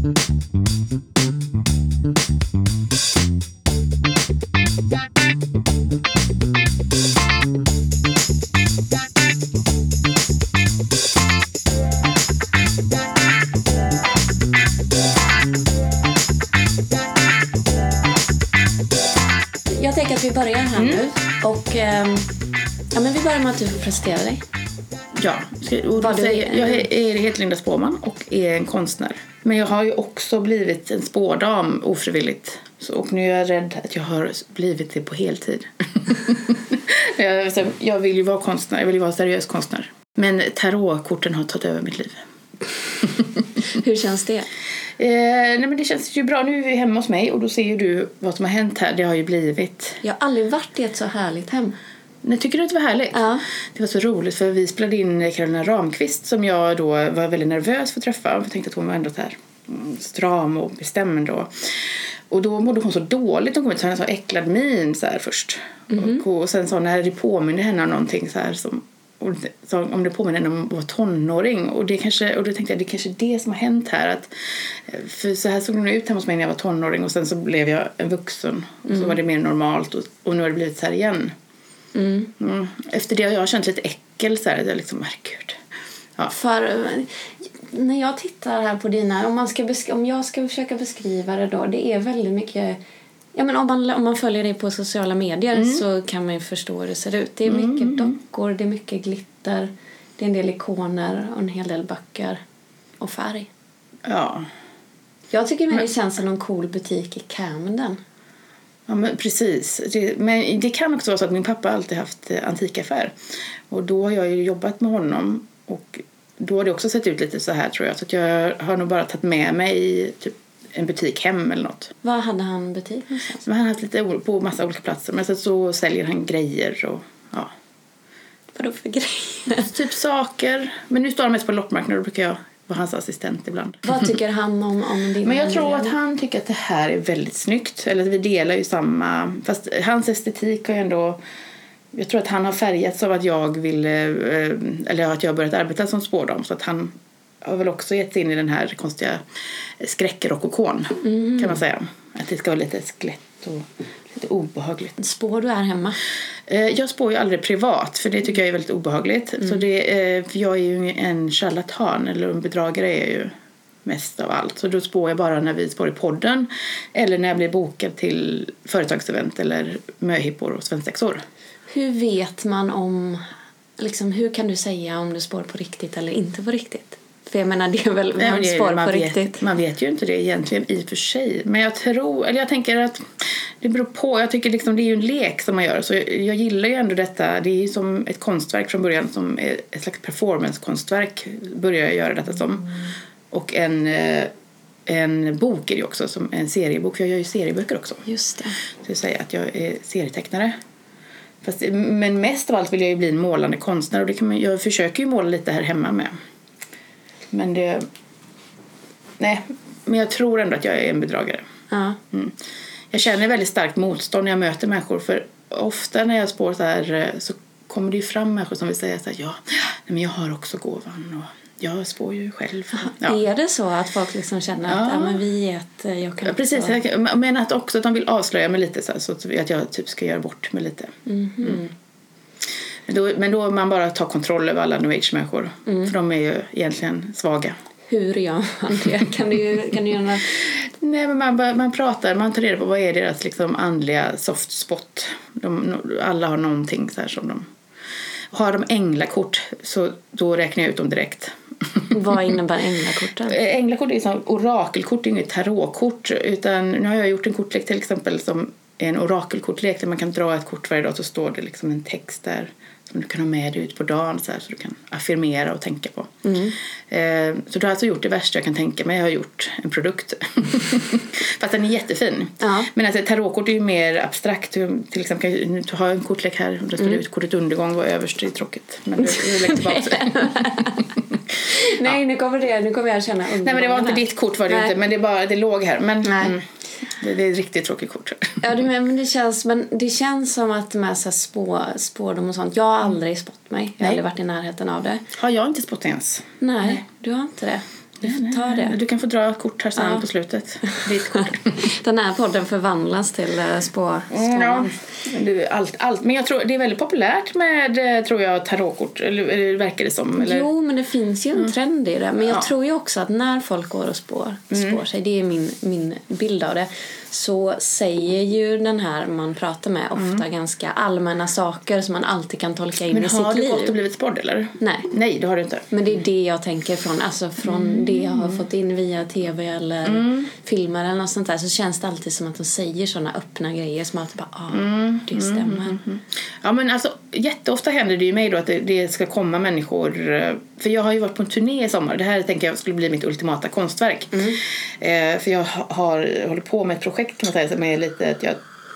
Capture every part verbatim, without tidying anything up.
Jag tänker att vi börjar här mm. nu. Och ähm, ja, men vi börjar med att du får presentera dig. Ja, och då säger, jag heter Linda Spåman och är en konstnär. Men jag har ju också blivit en spårdam ofrivilligt. Så, och nu är jag rädd att jag har blivit det på heltid. jag, jag vill ju vara konstnär, jag vill ju vara seriös konstnär. Men tarotkorten har tagit över mitt liv. Hur känns det? Eh, nej men det känns ju bra. Nu är vi hemma hos mig och då ser ju du vad som har hänt här. Det har ju blivit... Jag har aldrig varit i ett så härligt hem. Nej, tycker du att det var härligt? Ja. Det var så roligt för vi spelade in Carolina Ramqvist som jag då var väldigt nervös för att träffa. Jag tänkte att hon var ändå så här stram och bestämd då. Och då mådde hon så dåligt. Hon kom ut så en så äcklad min så här först. Mm-hmm. Och, och sen så när det påminner henne om någonting så här som... Och så, om det påminner henne om att vara tonåring och, det kanske, och då tänkte jag det är kanske det som har hänt här att, för så här såg hon ut hemma hos mig när jag var tonåring och sen så blev jag en vuxen och mm. så var det mer normalt och, och nu har det blivit så här igen. Mm. Mm. Efter det har jag känt lite äckel så här, jag liksom, herregud. Ja. För när jag tittar här på dina, om, man ska besk- om jag ska försöka beskriva det då, det är väldigt mycket... Ja, men om man, om man följer dig på sociala medier mm. så kan man ju förstå hur det ser ut. Det är mycket mm. dockor, det är mycket glitter, det är en del ikoner och en hel del böcker och färg. Ja. Jag tycker men det känns som en cool butik i Camden. Ja, men precis. Det, men det kan också vara så att min pappa alltid haft antikaffär. Och då har jag ju jobbat med honom och då har det också sett ut lite så här tror jag. Så att jag har nog bara tagit med mig typ en butik hem eller något. Vad hade han butik någonstans? Men han har haft lite på massa olika platser. Men så, så säljer han grejer och ja. Vadå för grejer? Typ saker. Men nu står han mest på loppmarknaden och då brukar jag vara hans assistent ibland. Vad tycker han om, om din... Men jag tror att han tycker att det här är väldigt snyggt. Eller att vi delar ju samma... Fast hans estetik har ju ändå... Jag tror att han har färgats av att jag vill... Eller att jag har börjat arbeta som spårdam. Så att han har väl också gett in i den här konstiga skräckrokokon mm. kan man säga. Att det ska vara lite skelett och lite obehagligt. Spår du är hemma? Jag spår ju aldrig privat för det tycker jag är väldigt obehagligt. Mm. Så det, för jag är ju en charlatan eller en bedragare är jag ju mest av allt. Så då spår jag bara när vi spår i podden eller när jag blir bokad till företagsevent eller möhippor och svensexor. Hur vet man om, liksom, hur kan du säga om du spår på riktigt eller inte på riktigt? För jag menar, det är väl Nej, man det, spår man på vet, riktigt. Man vet ju inte det egentligen i och för sig. Men jag tror, eller jag tänker att det beror på. Jag tycker liksom det är ju en lek som man gör. Så jag, jag gillar ju ändå detta. Det är ju som ett konstverk från början som är ett slags performance-konstverk. Börjar jag göra detta som. Mm. Och en, en bok är det också, som en seriebok. För jag gör ju serieböcker också. Just det. Så jag säger att jag är serietecknare. Fast, men mest av allt vill jag ju bli en målande konstnär. Och det kan man, jag försöker ju måla lite här hemma med. Men det... Nej, men jag tror ändå att jag är en bedragare. Ja. Mm. Jag känner väldigt starkt motstånd när jag möter människor. För ofta när jag spår så här så kommer det ju fram människor som vill säga så här, ja, men jag har också gåvan och jag spår ju själv. Ja. Är det så att folk liksom känner att ja. Ja, men vi är ett... Jag kan ja, precis, också... men att också att de vill avslöja mig lite så, här, så att jag typ ska göra bort mig lite. Mm-hmm. Mm. Men, då, men då man bara tar kontroll över alla new age-människor. Mm. För de är ju egentligen svaga. Hur gör man det? Kan du, kan du göra något? Nej, men man, man pratar, man tar reda på vad är deras liksom andliga soft spot. De, alla har någonting så här som de... Har de änglakort så då räknar jag ut dem direkt. Vad innebär änglakorten? Änglakort är som orakelkort, det är inget tarotkort. Utan nu har jag gjort en kortlek till exempel som en orakelkortlek där man kan dra ett kort varje dag så står det liksom en text där som du kan ha med dig ut på dagen så, här, så du kan affirmera och tänka på. Mm. Eh, så du har alltså gjort det värsta jag kan tänka mig. Jag har gjort en produkt. Fast den är jättefin. Ja. Men alltså, tarotkort är ju mer abstrakt. Till exempel kan du ha en kortlek här och där står mm. ut kortet undergång var överst, det är tråkigt. Men du, du lägger tillbaka. Nej, ja. nu kommer det nu kommer jag känna undergången. Nej, men det var inte ditt kort var det Nej. inte, men det bara det låg här. Men mm, det, det är ett riktigt tråkigt kort. Ja, det, men det känns men det känns som att med så spår spårdom och sånt. Jag har aldrig spott mig. Jag har Nej. aldrig varit i närheten av det. Har jag inte spott ens? Nej, Nej, du har inte det. Du får ta det. Du kan få dra kort här sen ja. på slutet. Ditt kort. Den här podden förvandlas till uh, spå. Mm, ja. allt, allt. Men jag tror det är väldigt populärt med, tror jag, tarotkort. Eller, eller verkar det som? Eller? Jo, men det finns ju en mm. trend i det. Men jag ja. tror ju också att när folk går och spår, mm. spår sig, det är min, min bild av det, så säger ju den här man pratar med ofta mm. ganska allmänna saker som man alltid kan tolka in men i sitt liv. Men har du gått och blivit spådd eller? Nej. Nej, det har du inte. Men det är det jag tänker från, alltså från mm. det jag har fått in via tv eller mm. filmer eller något sånt där, så känns det alltid som att de säger såna öppna grejer som alltid bara, ja, ah, mm. det stämmer. Mm. Mm. Ja, men alltså jätteofta händer det ju mig då att det, det ska komma människor, för jag har ju varit på en turné i sommar. Det här tänker jag skulle bli mitt ultimata konstverk. Mm. Eh, för jag har hållit på med ett projekt kan man säga, som är lite att jag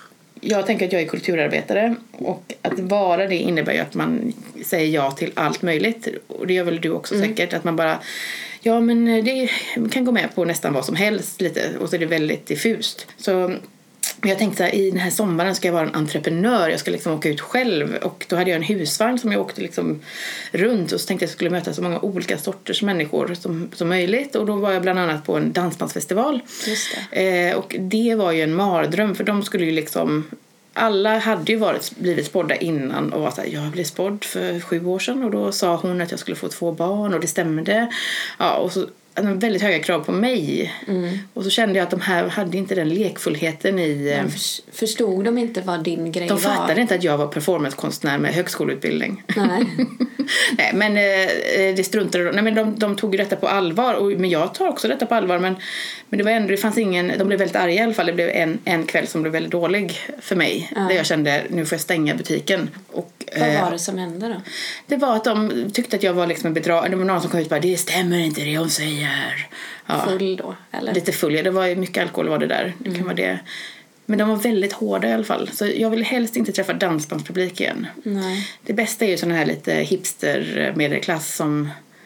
Jag tänker att jag är kulturarbetare och att vara det innebär ju att man säger ja till allt möjligt, och det gör väl du också mm. säkert, att man bara ja men det kan gå med på nästan vad som helst lite, och så är det väldigt diffust. Så jag tänkte så här, i den här sommaren ska jag vara en entreprenör, jag ska liksom åka ut själv, och då hade jag en husvagn som jag åkte liksom runt, och så tänkte jag att jag skulle möta så många olika sorters människor som, som möjligt, och då var jag bland annat på en dansbandsfestival. Just det. Eh, och det var ju en mardröm, för de skulle ju liksom, alla hade ju varit, blivit spådda innan och var så här, jag blev spådd för sju år sedan och då sa hon att jag skulle få två barn och det stämde. Ja, och så väldigt höga krav på mig. Mm. Och så kände jag att de här hade inte den lekfullheten i... Men förstod de inte vad din grej de var? De fattade inte att jag var performancekonstnär med högskoleutbildning. Nej. Nej, men eh, det struntade de. Nej, men de, de tog ju detta på allvar. Och, men jag tar också detta på allvar. Men, men det var ändå, det fanns ingen... De blev väldigt arga i alla fall. Det blev en, en kväll som blev väldigt dålig för mig. Ja. Där jag kände, nu får jag stänga butiken. Och, vad var det som hände då? Det var att de tyckte att jag var liksom en bedrag. Det var någon som kom ut och bara, det stämmer inte det hon säger. Ja, full då, eller? Lite full, ja, det var ju mycket alkohol var det där. Det mm. kan vara det. Men de var väldigt hårda i alla fall. Så jag vill helst inte träffa dansbandspublik igen. Nej. Det bästa är ju såna här lite hipster medelklass som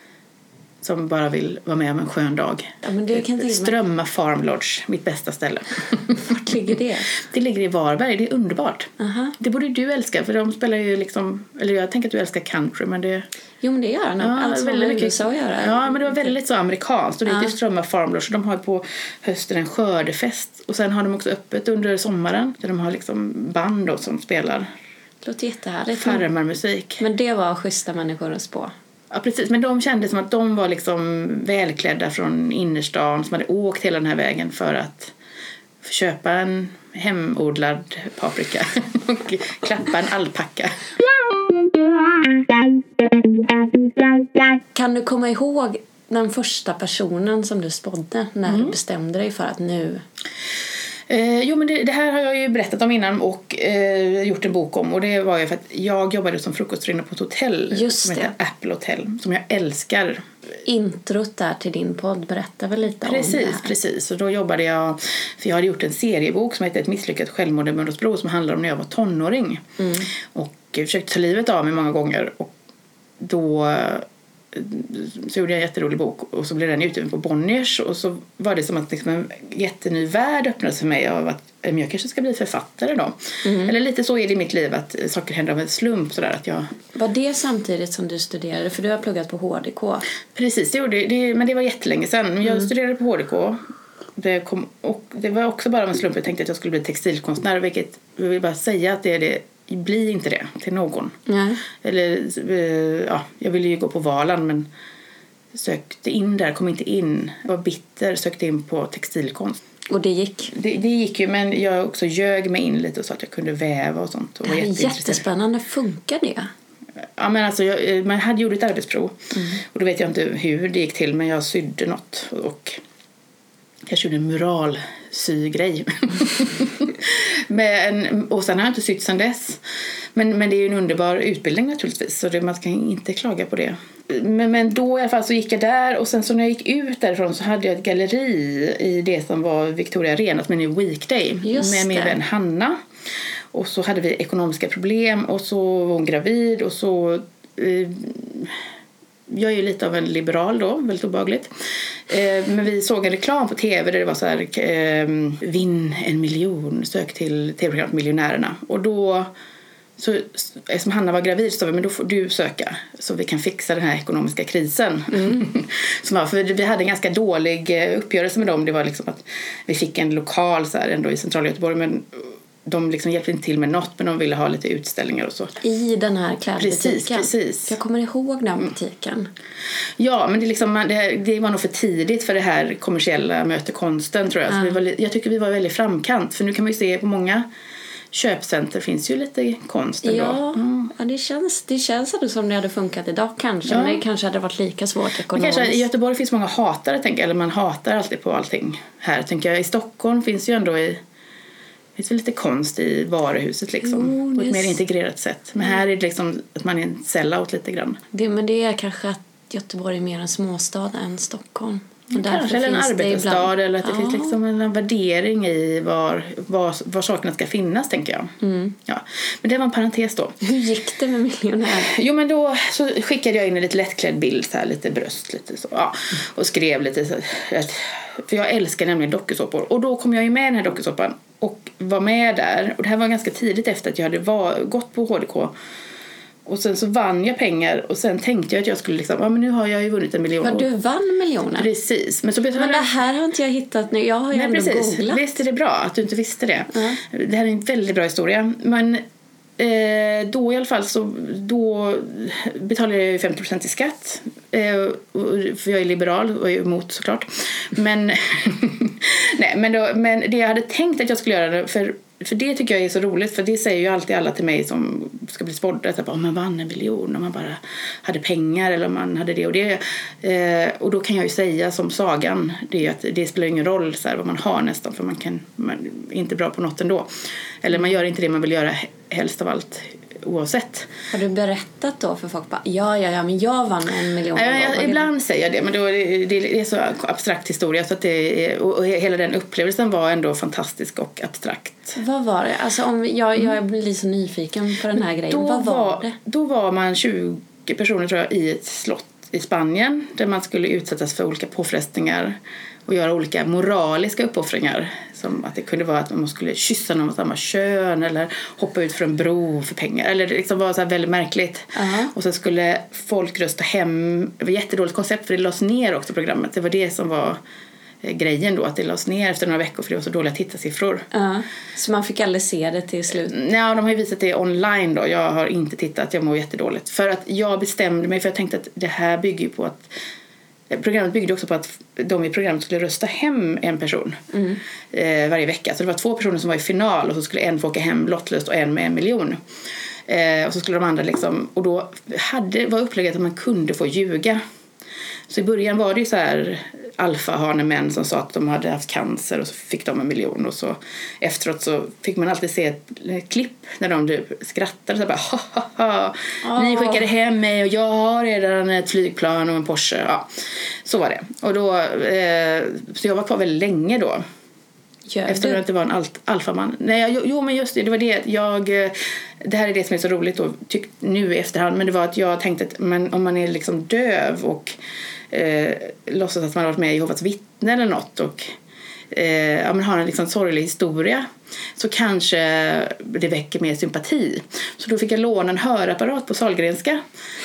som bara vill vara med om en skön dag. Ja, men det kan Strömma Farm Lodge, mitt bästa ställe. Vart ligger det? Det ligger i Varberg, det är underbart. Uh-huh. Det borde du älska, för de spelar ju liksom, eller jag tänker att du älskar country, men det... Jo, men det gör nog. Ja, alltså, väldigt mycket så att göra. Ja, men det var väldigt så amerikanskt. Och det är ju uh. Strömma Farm Lodge. De har på hösten en skördefest. Och sen har de också öppet under sommaren. Där de har liksom band då som spelar. Det låter jättehärligt. Farmarmusik. Men det var schyssta människor att spå. Ja, precis. Men de kände som att de var liksom välklädda från innerstan som hade åkt hela den här vägen för att köpa en hemodlad paprika och klappa en alpacka. Kan du komma ihåg den första personen som du spådde när mm. du bestämde dig för att nu... Eh, jo, men det, det här har jag ju berättat om innan och eh, gjort en bok om. Och det var ju för att jag jobbade som frukostrinne på ett hotell. Just som det. heter Apple Hotel, som jag älskar. Introt där till din podd, berätta väl lite precis, om det här. Precis, och då jobbade jag, för jag hade gjort en seriebok som heter Ett misslyckat självmord i Mölndalsbro, som handlar om när jag var tonåring. Mm. Och jag försökte ta livet av mig många gånger, och då så gjorde jag en jätterolig bok och så blev den utgiven på Bonniers, och så var det som att liksom en jätteny värld öppnades för mig av att jag kanske ska bli författare då. Mm. Eller lite så är det i mitt liv, att saker händer av en slump sådär, att jag... Var det samtidigt som du studerade? För du har pluggat på H D K. Precis, det gjorde det, men det var jättelänge sedan. Jag mm. studerade på H D K. Det, kom, och det var också bara av en slump. Jag tänkte att jag skulle bli textilkonstnär, vilket jag vill bara säga att det är det. Bli inte det till någon. Nej. Eller ja, jag ville ju gå på Valand, men sökte in där, kom inte in. Jag var bitter, sökte in på textilkonst. Och det gick? Det, det gick ju, men jag också ljög mig in lite och sa att jag kunde väva och sånt. Och det är jättespännande. Funkar det? Ja, men alltså, jag, man hade gjort ett arbetsprov. Mm. Och då vet jag inte hur det gick till, men jag sydde något. Och jag gjorde en muralsygrej. men, och sen har jag inte sytt sedan dess. Men, men det är ju en underbar utbildning naturligtvis, så det, man kan inte klaga på det. Men, men då i alla fall så gick jag där, och sen så när jag gick ut därifrån så hade jag ett galleri i det som var Victoria Arena, som är en weekday. Just med min det. vän Hanna. Och så hade vi ekonomiska problem, och så var hon gravid, och så... Eh, jag är ju lite av en liberal då, väldigt obehagligt. Eh, men vi såg en reklam på tv där det var så här, eh, vinn en miljon, sök till tv-programmet Miljonärerna. Och då Så eftersom Hanna var gravid så sa vi, men då får du söka så vi kan fixa den här ekonomiska krisen. Mm. Så var, för vi hade en ganska dålig uppgörelse med dem. Det var liksom att vi fick en lokal så här, ändå i centrala Göteborg, men de liksom hjälpte inte till med något, men de ville ha lite utställningar och så. I den här klädbutiken? Precis, precis. Jag kommer ihåg den butiken. Ja, men det, liksom, det, det var nog för tidigt för det här kommersiella mötekonsten, tror jag. Ja. Så vi var, jag tycker vi var väldigt framkant, för nu kan man ju se på många köpcenter finns ju lite konst ändå. Ja, mm. ja det känns det känns ändå som det hade funkat idag kanske, ja. Men det kanske hade varit lika svårt ekonomiskt. Kanske, i Göteborg finns många hatare, tänker, eller man hatar alltid på allting här, tänker jag. I Stockholm finns ju ändå i finns väl lite konst i varuhuset liksom, oh, på ett mer integrerat sätt. Men här är det liksom att man är en sellout lite grann. Det, men det är kanske att Göteborg är mer en småstad än Stockholm. Och kanske, eller en arbetarstad, eller att det ja. finns liksom en värdering i var, var, var sakerna ska finnas, tänker jag. Mm. Ja. Men det var en parentes då. Hur gick det med Miljonär? Jo, men då så skickade jag in en lite lättklädd bild, så här, lite bröst, lite så, ja, och skrev lite så, för jag älskar nämligen dokusåpor. Och då kom jag ju med den här dokusåpan och var med där. Och det här var ganska tidigt efter att jag hade var, gått på H D K. Och sen så vann jag pengar. Och sen tänkte jag att jag skulle liksom, ja men nu har jag ju vunnit en miljon. Men du vann miljoner? Precis. Men, så men det här har inte jag hittat nu. Jag har ju Nej, ändå precis. googlat. Visst är det bra att du inte visste det. Mm. Det här är en väldigt bra historia. Men eh, då i alla fall så då betalade jag ju femtio procent i skatt. Eh, för jag är liberal och är emot såklart. Men, nej, men, då, men det jag hade tänkt att jag skulle göra, för För det tycker jag är så roligt, för det säger ju alltid alla till mig som ska bli sportare, att om man vann en miljon, om man bara hade pengar eller om man hade det och det. Eh, och då kan jag ju säga som Sagan, det är ju att det spelar ingen roll så här, vad man har nästan, för man kan man är inte bra på något ändå. Eller man gör inte det man vill göra helst av allt oavsett. Har du berättat då för folk bara, ja, ja, ja, men jag vann en miljon? Ja, jag, ibland säger jag det, men då är det, det är så abstrakt historia så att det är, och hela den upplevelsen var ändå fantastisk och abstrakt. Vad var det? Alltså om jag, jag blir så nyfiken på den här grejen. Då Vad var, var det? Då var man tjugo personer tror jag i ett slott i Spanien där man skulle utsättas för olika påfrestningar och göra olika moraliska uppoffringar, som att det kunde vara att man skulle kyssa någon av samma kön eller hoppa ut från en bro för pengar, eller det liksom var så här väldigt märkligt. Uh-huh. Och så skulle folk rösta hem. Det var ett jättedåligt koncept, för det lades ner också programmet. Det var det som var grejen då, att det lades ner efter några veckor för det var så dåliga tittarsiffror. Uh-huh. Så man fick aldrig se det till slut? Ja, de har ju visat det online då. Jag har inte tittat, jag mår jättedåligt. För att jag bestämde mig, för jag tänkte att det här bygger ju på att programmet byggde också på att de i programmet skulle rösta hem en person mm. eh, varje vecka. Så det var två personer som var i final och så skulle en få åka hem lottlöst och en med en miljon. Eh, och så skulle de andra liksom, och då hade, var upplägget att man kunde få ljuga. Så i början var det ju så här alfahanemän som sa att de hade haft cancer och så fick de en miljon, och så efteråt så fick man alltid se ett klipp när de typ skrattade så bara ha ha ha oh. Ni skickade hem mig och jag har redan ett flygplan och en Porsche, ja, så var det. Och då eh, så jag var kvar väldigt länge då. Gör efter att jag inte var en alt, alfaman. Nej, jag, jo, men just det, det var det jag, det här är det som är så roligt då, tyck, nu i efterhand, men det var att jag tänkte att men, om man är liksom döv och eh, låtsas att man har varit med i Jehovas vittne eller något och eh, ja, men har en liksom sorglig historia, så kanske det väcker mer sympati. Så då fick jag låna en hörapparat på Sahlgrenska.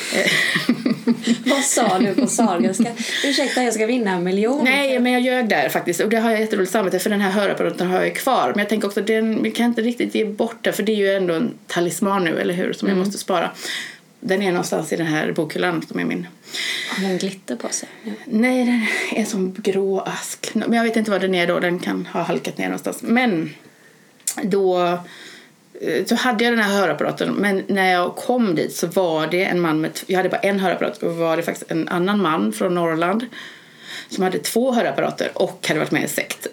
Vad sa du på Sahlgrenska? Ursäkta, jag ska vinna en miljon. Nej, men jag ljög där faktiskt. Och det har jag jätteroligt samarbete, för den här hörapparaten har jag kvar. Men jag tänker också att den, vi kan inte riktigt ge bort det, för det är ju ändå en talisman nu, eller hur? Som mm. jag måste spara. Den är någonstans i den här bokhyllan som är min. Har den glitter på sig? Ja. Nej, den är som grå ask. Men jag vet inte vad den är då. Den kan ha halkat ner någonstans. Men då så hade jag den här hörapparaten, men när jag kom dit så var det en man med, jag hade bara en hörapparat, och var det faktiskt en annan man från Norrland som hade två hörapparater och hade varit med i sekt.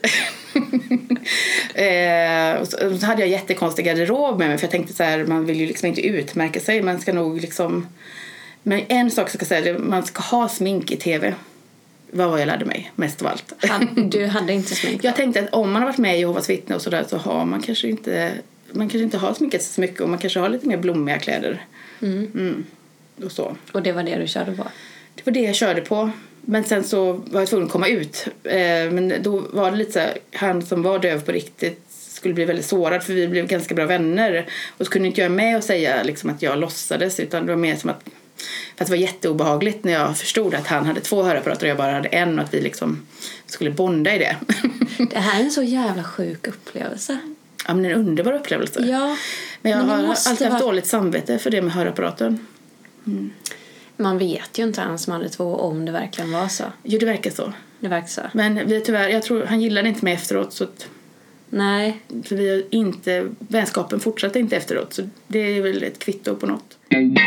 eh, och så, så hade jag jättekonstig garderob med mig, för jag tänkte så här, man vill ju liksom inte utmärka sig, man ska nog liksom, men en sak ska jag säga, man ska ha smink i tv. Vad var jag lärde mig mest av allt. Du hade inte smink? Jag tänkte att om man har varit med i Jehovas vittne och sådär, så har man kanske inte, man kanske inte har sminkat så mycket, och man kanske har lite mer blommiga kläder. Mm. Mm. Och så. Och det var det du körde på? Det var det jag körde på. Men sen så var jag tvungen att komma ut. Eh, men då var det lite så här, han som var döv på riktigt skulle bli väldigt sårad, för vi blev ganska bra vänner. Och så kunde inte jag med och säga liksom, att jag låtsades, utan det var mer som att, för att det var jätteobehagligt när jag förstod att han hade två hörapparater och jag bara hade en, och att vi liksom skulle bonda i det. Det här är en så jävla sjuk upplevelse. Ja, men en underbar upplevelse. Ja, men jag men har måste alltid haft vara... dåligt samvete för det med hörapparaten. Mm. Man vet ju inte ens som hade två om det verkligen var så. Jo, det verkar så. Det verkar så. Men vi tyvärr, jag tror han gillade inte mig efteråt, så att nej. Så vi har inte, vänskapen fortsatte inte efteråt, så det är väl ett kvitto på något.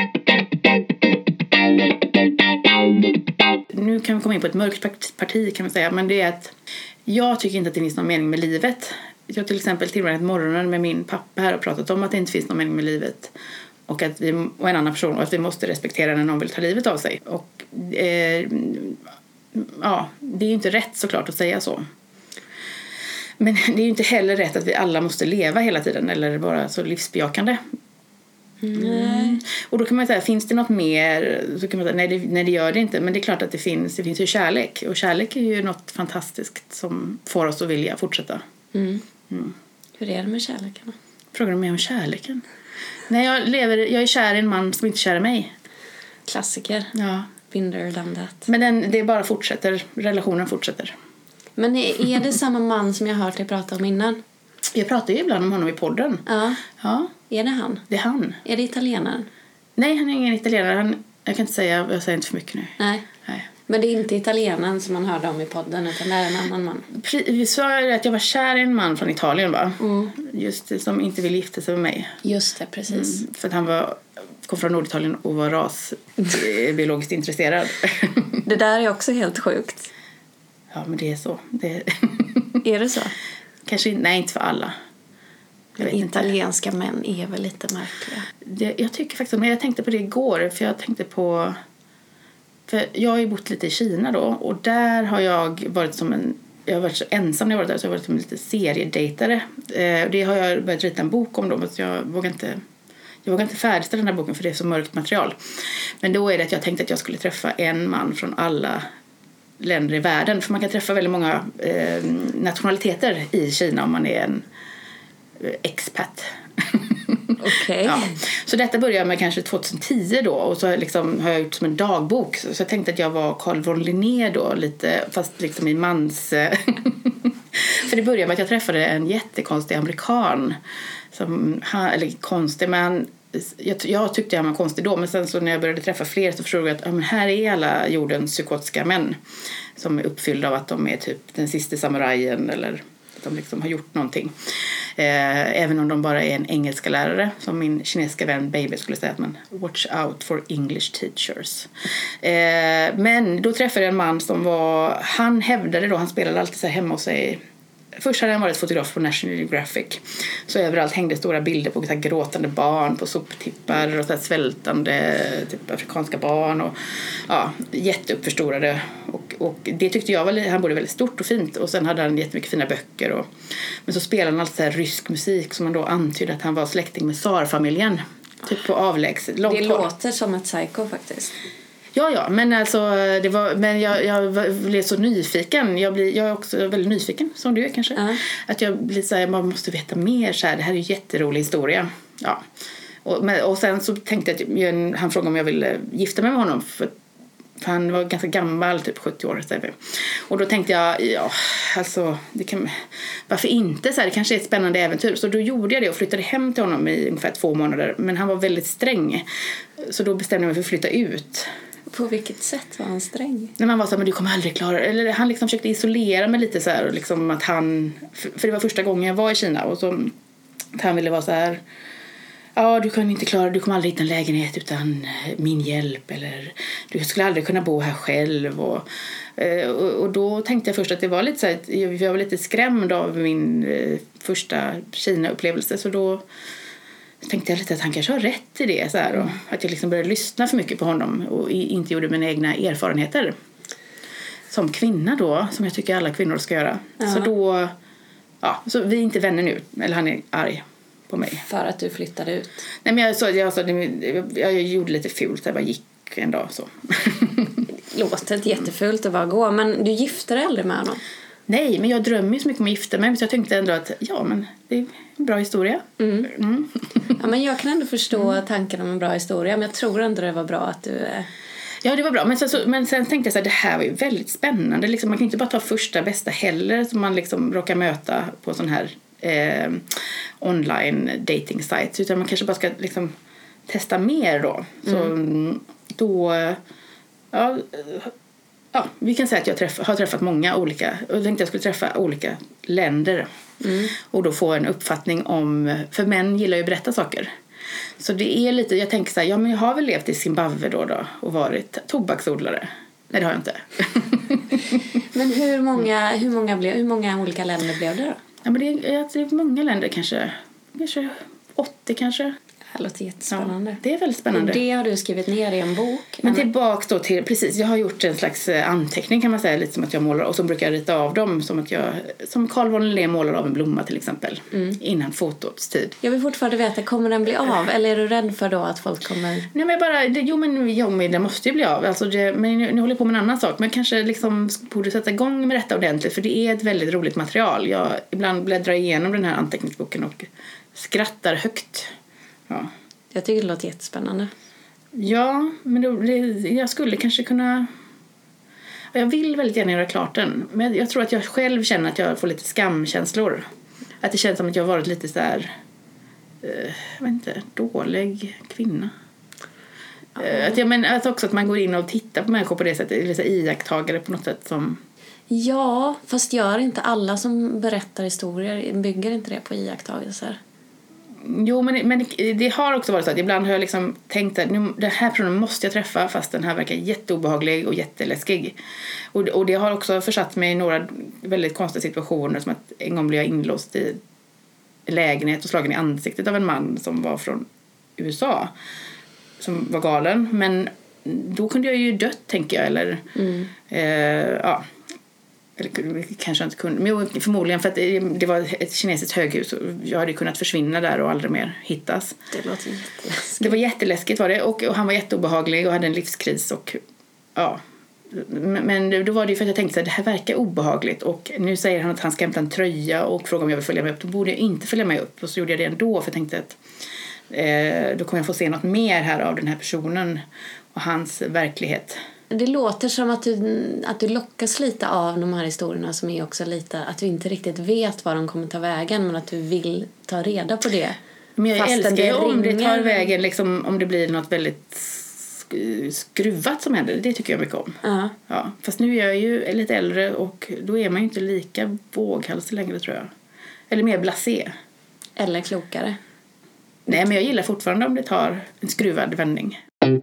Nu kan vi komma in på ett mörkt parti, kan man säga, men det är att jag tycker inte att det finns någon mening med livet. Jag till exempel tillbringat morgonen med min pappa här och pratat om att det inte finns någon mening med livet. Och, att vi, och en annan person, och att vi måste respektera när någon vill ta livet av sig. Och eh, ja, det är ju inte rätt såklart att säga så. Men det är ju inte heller rätt att vi alla måste leva hela tiden eller vara så livsbejakande. Mm. Och då kan man säga, finns det något mer? Så kan man säga, nej det, nej det gör det inte. Men det är klart att det finns, det finns ju kärlek. Och kärlek är ju något fantastiskt som får oss att vilja fortsätta. Mm. Mm. Hur är det med kärleken? Frågar du mig om kärleken? Nej, jag, lever, jag är kär i en man som inte kär i mig. Klassiker. Ja. Binder done that. Men den, det bara fortsätter, relationen fortsätter. Men är, är det samma man som jag hört dig prata om innan? Jag pratar ju ibland om honom i podden. Ja. Ja. Är det han? Det är han. Är det italienaren? Nej, han är ingen italienare. Han, jag kan inte säga, jag säger inte för mycket nu. Nej. Nej. Men det är inte italienaren som man hörde om i podden, utan det är en annan man. Vi sa att jag var kär i en man från Italien, va? Mm. Just det, som inte ville gifta sig med mig. Just det, precis. Mm, för att han var, kom från Norditalien och var ras biologiskt intresserad. Det där är också helt sjukt. Ja, men det är så. Det... Är det så? Kanske nej, inte för alla. Jag vet italienska inte. Män är väl lite märkliga. Det, jag tycker faktiskt, men jag tänkte på det igår, för jag tänkte på, för jag har ju bott lite i Kina då, och där har jag varit som en, jag har varit så ensam när jag varit där, så jag har varit som en lite seriedejtare. Eh, och det har jag börjat rita en bok om då, men jag vågar inte jag vågar inte färdigställa den här boken för det är så mörkt material. Men då är det att jag tänkte att jag skulle träffa en man från alla länder i världen, för man kan träffa väldigt många eh, nationaliteter i Kina om man är en eh, expat. Okay. Ja. Så detta började med kanske tjugohundratio då, och så liksom har jag gjort som en dagbok, så jag tänkte att jag var Carl von Linné då lite, fast liksom i mans för det började med att jag träffade en jättekonstig amerikan som, eller konstig, men jag, jag tyckte jag var konstig då, men sen så när jag började träffa fler så förstod jag att ja, men här är alla jordens psykotiska män som är uppfyllda av att de är typ den sista samurajen, eller att de liksom har gjort någonting. Eh, även om de bara är en engelska lärare, som min kinesiska vän Baby skulle säga, att man watch out for English teachers. Eh, men då träffade jag en man som var, han hävdade då, han spelade alltid så här hemma hos sig. Först hade han varit fotograf på National Geographic. Så överallt hängde stora bilder på så här gråtande barn på soptippar och så här svältande typ afrikanska barn och ja, jätteuppförstorade. Och, och det tyckte jag var, han bodde väldigt stort och fint. Och sen hade han jättemycket fina böcker. Och, men så spelade han alltid så här rysk musik som man då antydde att han var släkting med Tsarfamiljen. Typ på avlägset. Det håll. Låter som ett psycho faktiskt. Ja, ja, men alltså det var, men jag, jag blev så nyfiken. Jag, blir, jag är också väldigt nyfiken, som du är kanske. Uh. Att jag blir så här, man måste veta mer så här. Det här är ju jätterolig historia. Ja. Och, men, och sen så tänkte jag att jag, han frågade om jag ville gifta mig med honom. För, för han var ganska gammal, typ sjuttio år. Så här. Och då tänkte jag, ja, alltså, det kan, varför inte? Så här, det kanske är ett spännande äventyr. Så då gjorde jag det och flyttade hem till honom i ungefär två månader. Men han var väldigt sträng. Så då bestämde jag mig för att flytta ut. På vilket sätt var han sträng? När man var så här, men du kommer aldrig klara. Eller han liksom försökte isolera mig lite så här, och liksom att han, för det var första gången jag var i Kina, och så att han ville vara så här, ja, du kan inte klara, du kommer aldrig hitta en lägenhet utan min hjälp, eller du skulle aldrig kunna bo här själv, och och, och då tänkte jag först att det var lite så här, jag var lite skrämd av min första Kina-upplevelse, så då tänkte jag lite att han kanske har rätt i det så här, och att jag liksom började lyssna för mycket på honom och inte gjorde mina egna erfarenheter som kvinna då, som jag tycker alla kvinnor ska göra. Ja. Så då, ja, så vi är inte vänner nu, eller han är arg på mig. För att du flyttade ut? Nej, men jag, så, jag, så, jag, jag gjorde lite fult, jag bara gick en dag så. Låter jättefult att bara gå, men du gifte dig aldrig med honom? Nej, men jag drömmer ju så mycket om att gifta mig. Så jag tänkte ändå att ja, men det är en bra historia. Mm. Mm. Ja, men jag kan ändå förstå mm. tanken om en bra historia. Men jag tror ändå det var bra att du... Ja, det var bra. Men sen, så, men sen tänkte jag så här, det här var ju väldigt spännande. Liksom, man kan inte bara ta första bästa heller som man liksom råkar möta på sån här eh, online dating sites. Utan man kanske bara ska liksom testa mer då. Så mm. då... Ja, ja, vi kan säga att jag träff, har träffat många olika... Och jag tänkte att jag skulle träffa olika länder. Mm. Och då få en uppfattning om... För män gillar ju att berätta saker. Så det är lite, jag tänker så här, ja men jag har väl levt i Zimbabwe då då och varit tobaksodlare. Nej, det har jag inte. Men hur många, hur många blev, hur många olika länder blev det då? Ja, men det är, det är många länder kanske. Kanske åttio kanske. Det låter jättespännande. Ja, det är väldigt spännande. Och det har du skrivit ner i en bok. Men tillbaks då till, precis, jag har gjort en slags anteckning kan man säga, lite som att jag målar, och så brukar jag rita av dem som att jag, som Carl von Linné målar av en blomma till exempel, mm. innan fotots tid. Jag vill fortfarande veta, kommer den bli av? Eller är du rädd för då att folk kommer... Nej, men jag bara, det, jo men, jo men den måste ju bli av. Alltså det, men nu, nu håller jag på med en annan sak, men kanske liksom borde sätta igång med detta ordentligt, för det är ett väldigt roligt material. Jag ibland bläddrar igenom den här anteckningsboken och skrattar högt. Ja. Jag tycker det låter jättespännande. Ja, men då, det, jag skulle kanske kunna... Jag vill väldigt gärna göra klart den. Men jag tror att jag själv känner att jag får lite skamkänslor. Att det känns som att jag har varit lite så här... Uh, jag vet inte, dålig kvinna. Uh, att jag men att också att man går in och tittar på människor på det sättet. Eller så iakttagare på något sätt som... Ja, fast gör inte alla som berättar historier, bygger inte det på iakttagelser? Jo, men, men det har också varit så att ibland har jag liksom tänkt att nu, den här personen måste jag träffa fast den här verkar jätteobehaglig och jätteläskig. Och, och det har också försatt mig i några väldigt konstiga situationer, som att en gång blev jag inlåst i lägenhet och slagen i ansiktet av en man som var från U S A som var galen. Men då kunde jag ju dött, tänker jag, eller mm. eh, ja. Eller kanske inte kunde, men förmodligen för att det var ett kinesiskt höghus och jag hade kunnat försvinna där och aldrig mer hittas. Det låter jätteläskigt. Det var jätteläskigt var det, och, och han var jätteobehaglig och hade en livskris och ja. Men då var det ju för att jag tänkte att det här verkar obehagligt, och nu säger han att han ska hämta en tröja och fråga om jag vill följa med upp. Då borde jag inte följa med upp, och så gjorde jag det ändå, för jag tänkte att eh, då kommer jag få se något mer här av den här personen och hans verklighet. Det låter som att du, att du lockas lite av de här historierna, som är också lite att du inte riktigt vet var de kommer ta vägen, men att du vill ta reda på det. Men jag Fastän älskar det om ringer. Det tar vägen, liksom, om det blir något väldigt skruvat som händer. Det tycker jag mycket om. Uh-huh. Ja, fast nu är jag ju lite äldre och då är man ju inte lika våghalsig längre, tror jag. Eller mer blasé. Eller klokare. Nej, men jag gillar fortfarande om det tar en skruvad vändning.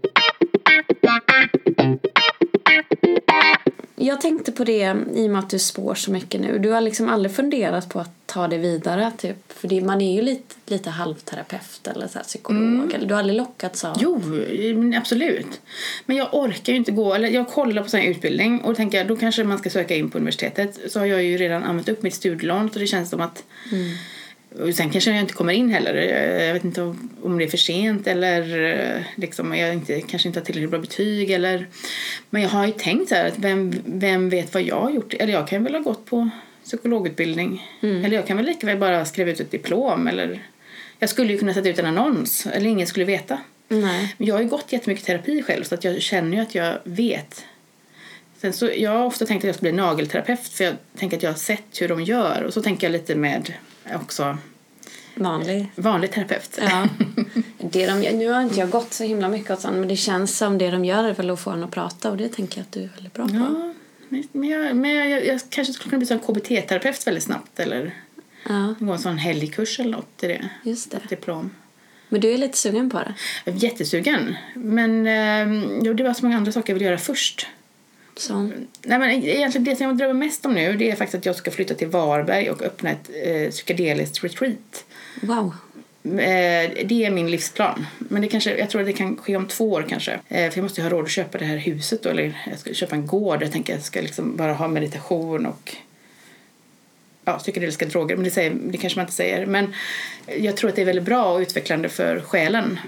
Jag tänkte på det i och med att du spår så mycket nu. Du har liksom aldrig funderat på att ta det vidare, typ. För det, man är ju lite, lite halvterapeut eller så här psykolog. Mm. Eller du har aldrig lockats av... Jo, absolut. Men jag orkar ju inte gå... Eller jag kollar på sån här utbildning och tänker då kanske man ska söka in på universitetet. Så har jag ju redan använt upp mitt studielån, så det känns som att... Mm. Och sen kanske jag inte kommer in heller. Jag vet inte om det är för sent eller liksom, jag inte, kanske inte har tillräckligt bra betyg. Eller, men jag har ju tänkt så här att vem, vem vet vad jag har gjort? Eller jag kan väl ha gått på psykologutbildning. Mm. Eller jag kan väl lika väl bara skriva ut ett diplom. Eller, jag skulle ju kunna sätta ut en annons. Eller ingen skulle veta. Nej. Men jag har ju gått jättemycket terapi själv, så att jag känner ju att jag vet. Sen så, jag har ofta tänkt att jag ska bli nagelterapeut, för jag tänker att jag har sett hur de gör. Och så tänker jag lite med... också vanlig vanlig terapeut. Ja. Det de gör, nu har inte jag gått så himla mycket åt sånt, men det känns som det de gör är väl att få en att prata, och det tänker jag att du är väldigt bra på. Ja, men jag, men jag, jag, jag kanske skulle kunna bli en K B T-terapeut väldigt snabbt, eller ja. gå en sån helgkurs eller något till det. Just det. Ett diplom. Men du är lite sugen på det? Jag är jättesugen. Men eh, det var så många andra saker jag vill göra först. Så. Nej, men egentligen det som jag drömmer mest om nu, det är faktiskt att jag ska flytta till Varberg och öppna ett eh, psykedeliskt retreat. Wow. Eh, det är min livsplan. Men det kanske, jag tror att det kan ske om två år kanske. Eh, för jag måste ju ha råd att köpa det här huset då, eller jag ska köpa en gård. Jag tänker att jag ska liksom bara ha meditation och ja, psykedeliska droger. Men det, säger, det kanske man inte säger. Men jag tror att det är väldigt bra och utvecklande för själen.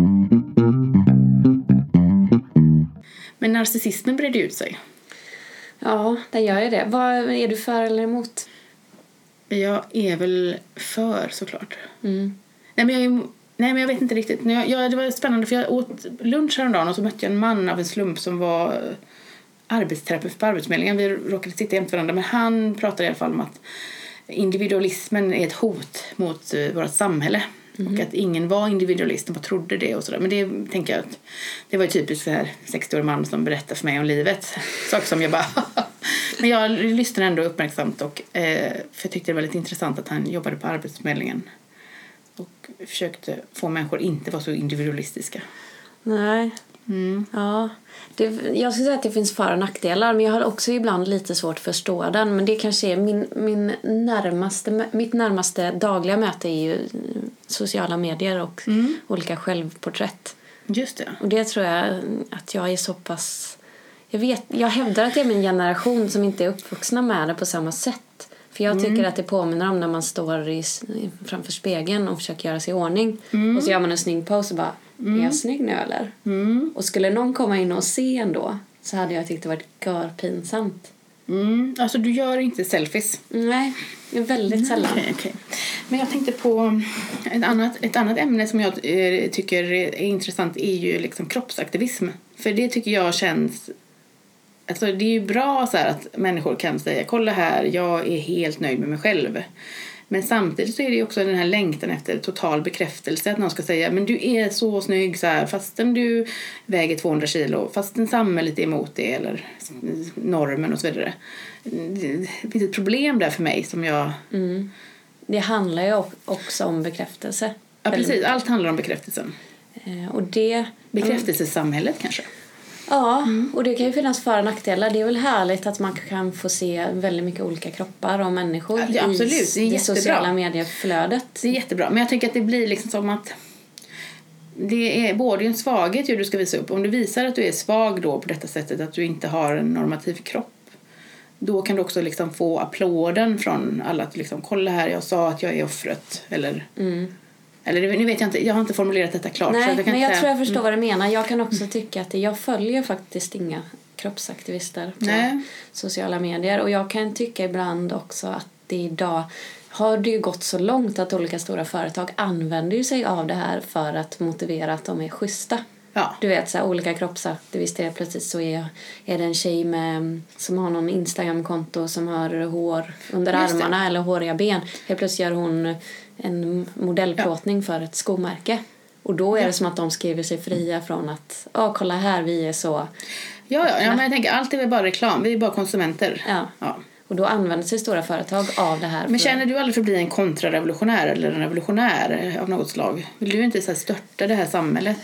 Men narcissismen bredde ut sig. Ja, det gör ju det. Vad är du för eller emot? Jag är väl för, såklart. Mm. Nej, men jag, nej, men jag vet inte riktigt. Jag, jag, det var spännande för jag åt lunch häromdagen och så mötte jag en man av en slump som var arbetsterapeut på Arbetsförmedlingen. Vi råkade sitta jämte varandra, men han pratade i alla fall om att individualismen är ett hot mot uh, vårt samhälle. Mm. Och att ingen var individualist, de bara trodde det och sådär. Men det tänker jag att det var ju typiskt så här sextioårig man som berättar för mig om livet. Saker som jag bara... Men jag lyssnade ändå uppmärksamt och eh, för jag tyckte det var väldigt intressant att han jobbade på Arbetsförmedlingen och försökte få människor inte vara så individualistiska. Nej. Mm. Ja. Det, jag skulle säga att det finns för- och nackdelar, men jag har också ibland lite svårt att förstå den. Men det kanske är min, min närmaste, mitt närmaste dagliga möte är ju sociala medier och mm. olika självporträtt. Just det. Och det tror jag att jag är så pass... Jag, vet, jag hävdar att det är min generation som inte är uppvuxna med det på samma sätt. För jag tycker mm. att det påminner om när man står i, framför spegeln och försöker göra sig i ordning. Mm. Och så gör man en snygg pose och bara, mm. är jag snygg nu eller? Mm. Och skulle någon komma in och se ändå så hade jag tyckt det varit görpinsamt. Mm. Alltså du gör inte selfies? Nej, det är väldigt mm. sällan. Okay, okay. Men jag tänkte på ett annat, ett annat ämne som jag eh, tycker är intressant är ju liksom kroppsaktivism. För det tycker jag känns... Alltså det är ju bra så här att människor kan säga kolla här, jag är helt nöjd med mig själv. Men samtidigt så är det ju också den här längtan efter total bekräftelse att någon ska säga men du är så snygg så här fastän du väger tvåhundra kilo, fastän samhället är emot det eller normen och så vidare. Det finns ett problem där för mig som jag... Mm. Det handlar ju också om bekräftelse. Ja precis, allt handlar om bekräftelsen. Och det... Bekräftelsesamhället kanske. Ja, mm. och det kan ju finnas för- och nackdelar. Det är väl härligt att man kan få se väldigt mycket olika kroppar och människor ja, absolut. i det, är det sociala medieflödet. Det är jättebra, men jag tycker att det blir liksom som att det är både en svaghet hur du ska visa upp. Om du visar att du är svag då på detta sättet, att du inte har en normativ kropp, då kan du också liksom få applåden från alla att liksom, kolla här, jag sa att jag är offret, eller... Mm. Eller nu vet jag inte, jag har inte formulerat detta klart. Nej, så jag kan men jag säga. tror jag förstår mm. vad du menar. Jag kan också tycka att jag följer faktiskt inga kroppsaktivister på Nej. sociala medier. Och jag kan tycka ibland också att det idag har det ju gått så långt att olika stora företag använder sig av det här för att motivera att de är schyssta. Ja. Du vet, så här, olika kroppsaktivister, plötsligt så är, är det en tjej med, som har någon Instagram-konto som har hår under armarna eller håriga ben. Helt plötsligt gör hon en modellplåtning ja. för ett skomärke. Och då är ja. det som att de skriver sig fria från att, ja kolla här, vi är så... Ja, ja, ja men jag tänker, allt är väl bara reklam, vi är bara konsumenter. Ja. ja. Och då använder sig stora företag av det här. Men känner du aldrig för att bli en kontrarevolutionär eller en revolutionär av något slag? Vill du inte så här störta det här samhället?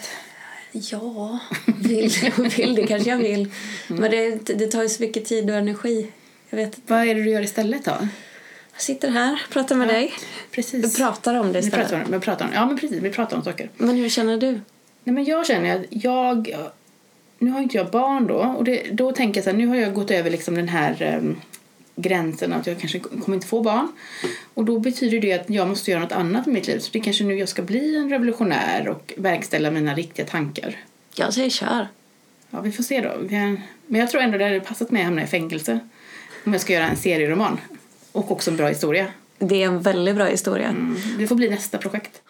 Ja, vill, vill det kanske jag vill. Mm. Men det, det tar ju så mycket tid och energi. Jag vet. Vad är det du gör istället då? Jag sitter här, pratar med ja, dig. Precis. Du pratar om det istället. Vi pratar om, vi pratar om, ja, men precis. Vi pratar om saker. Men hur känner du? Nej, men jag känner att jag... Nu har inte jag barn då. Och det, då tänker jag så här, nu har jag gått över liksom den här um, gränsen att jag kanske kommer inte få barn. Och då betyder det att jag måste göra något annat i mitt liv. Så det kanske nu jag ska bli en revolutionär och verkställa mina riktiga tankar. Jag säger kör. Ja, vi får se då. Men jag tror ändå det hade passat mig att hamna i fängelse. Om jag ska göra en serieroman. Och också en bra historia. Det är en väldigt bra historia. Mm, det får bli nästa projekt.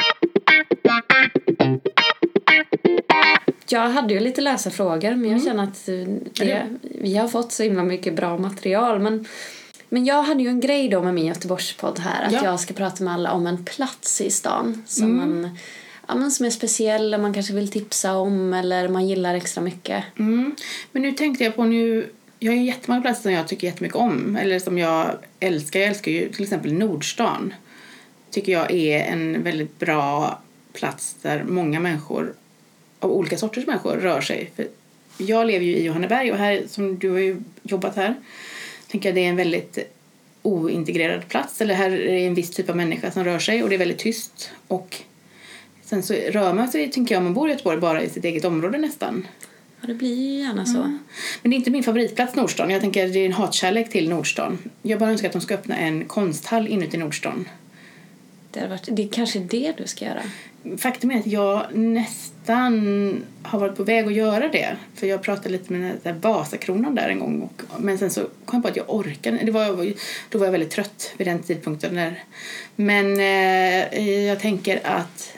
Jag hade ju lite läsarfrågor. Men jag känner att det, vi har fått så himla mycket bra material. Men, men jag hade ju en grej då med min Göteborgspodd här. Att ja. jag ska prata med alla om en plats i stan. Som, mm. man, ja, men som är speciell. Eller man kanske vill tipsa om. Eller man gillar extra mycket. Mm. Men nu tänkte jag på nu... Jag har ju jättemånga platser som jag tycker jättemycket om. Eller som jag älskar. Jag älskar ju till exempel Nordstan. Tycker jag är en väldigt bra plats där många människor av olika sorters människor rör sig. För jag lever ju i Johanneberg och här, som du har ju jobbat här, tänker jag det är en väldigt ointegrerad plats. Eller här är det en viss typ av människa som rör sig och det är väldigt tyst. Och sen så rör man sig, tänker jag, om man bor i Göteborg bara i sitt eget område nästan. Ja, det blir ju gärna så. Mm. Men det är inte min favoritplats Nordstan. Jag tänker att det är en hatkärlek till Nordstan. Jag bara önskar att de ska öppna en konsthall inuti Nordstan. Det, har varit, det är kanske det du ska göra. faktum är att jag nästan har varit på väg att göra det. För jag pratade lite med den där Vasakronan där en gång. Och, men sen så kom jag på att jag orkade. Det var, då var jag väldigt trött vid den tidpunkten. Där. Men eh, jag tänker att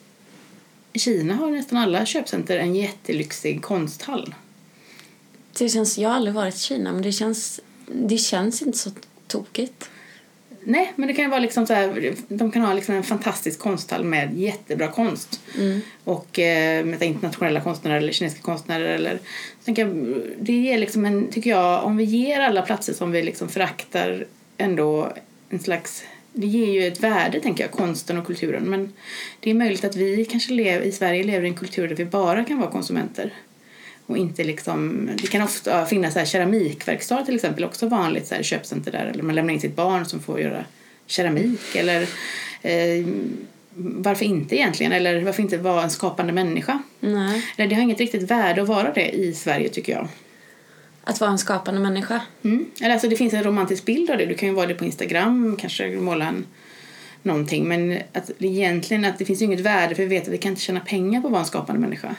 i Kina har nästan alla köpcenter en jättelyxig konsthall. Det känns, jag har aldrig varit i Kina, men det känns, det känns inte så tokigt. Nej, men det kan ju vara liksom så här, de kan ha liksom en fantastisk konsthall med jättebra konst. Mm. Och eh, med internationella konstnärer eller kinesiska konstnärer. Eller, så tänker jag, det ger liksom en, tycker jag, om vi ger alla platser som vi liksom föraktar ändå en slags, det ger ju ett värde, tänker jag, konsten och kulturen. Men det är möjligt att vi kanske lever, i Sverige lever i en kultur där vi bara kan vara konsumenter. Och inte liksom, det kan ofta finnas så här keramikverkstad till exempel, också vanligt så här köpcenter där, eller man lämnar in sitt barn som får göra keramik, eller eh, varför inte egentligen, eller varför inte vara en skapande människa. Nej. Eller det har inget riktigt värde att vara det i Sverige, tycker jag. Att vara en skapande människa. Mm. Eller alltså det finns en romantisk bild av det, du kan ju vara det på Instagram, kanske måla en någonting, men att egentligen att det finns ju inget värde, för vi vet att vi kan inte tjäna pengar på att vara en skapande människa.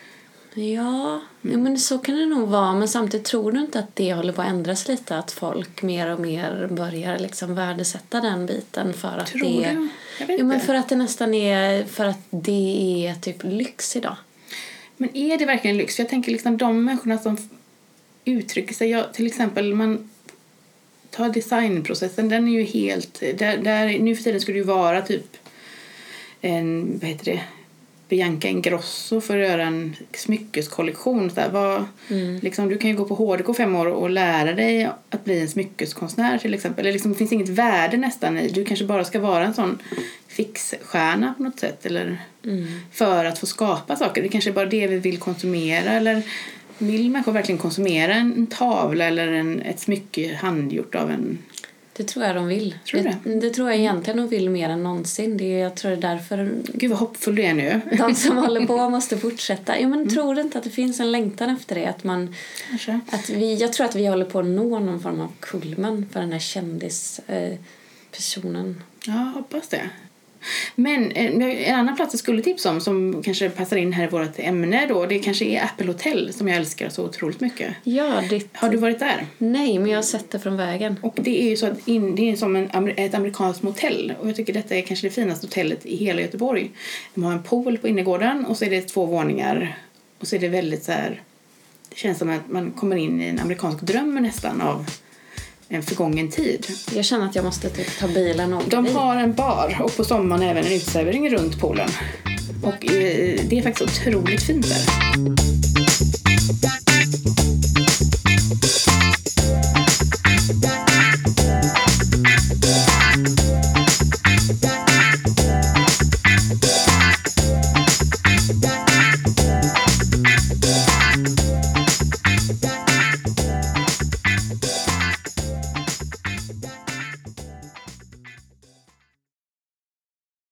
Ja, ja, men så kan det nog vara. Men samtidigt tror du inte att det håller på att ändras lite? Att folk mer och mer börjar liksom värdesätta den biten för att tror det är... du? Jag vet ja, men inte. för att det nästan är... För att det är typ lyx idag. Men är det verkligen lyx? Jag tänker liksom de människorna som uttrycker sig... Jag, till exempel, man tar designprocessen. Den är ju helt... Där, där, nu för tiden skulle det ju vara typ en... Vad heter det? Bianca Ingrosso för att göra en smyckeskollektion. Så där, vad, mm. liksom, du kan ju gå på H D K fem år och lära dig att bli en smyckeskonstnär till exempel. Eller liksom, det finns inget värde nästan i. Du kanske bara ska vara en sån fixstjärna på något sätt. Eller mm. för att få skapa saker. Det kanske är bara det vi vill konsumera. Eller vill människor verkligen konsumera en tavla eller en, ett smycke handgjort av en... Det tror jag de vill. Tror det, det tror jag egentligen de vill mer än någonsin. Det är, jag tror det är därför... Gud vad hoppfull du är nu. De som håller på måste fortsätta. Ja, men mm. tror inte att det finns en längtan efter det? Att man, att vi, jag tror att vi håller på att nå någon form av kulmen för den här kändispersonen. Eh, ja, hoppas det. Men en annan plats jag skulle tipsa om som kanske passar in här i vårt ämne då, det kanske är Apple Hotel som jag älskar så otroligt mycket. Ja, det... Har du varit där? Nej, men jag har sett det från vägen. Och det är ju så att in, det är som en, ett amerikanskt motell, och jag tycker detta är kanske det finaste hotellet i hela Göteborg. De har en pool på innergården och så är det två våningar och så är det väldigt så här, det känns som att man kommer in i en amerikansk dröm nästan av en förgången tid. Jag känner att jag måste typ ta bilen och... De har en bar och på sommaren även en utservering runt poolen. Och eh, det är faktiskt otroligt fint där.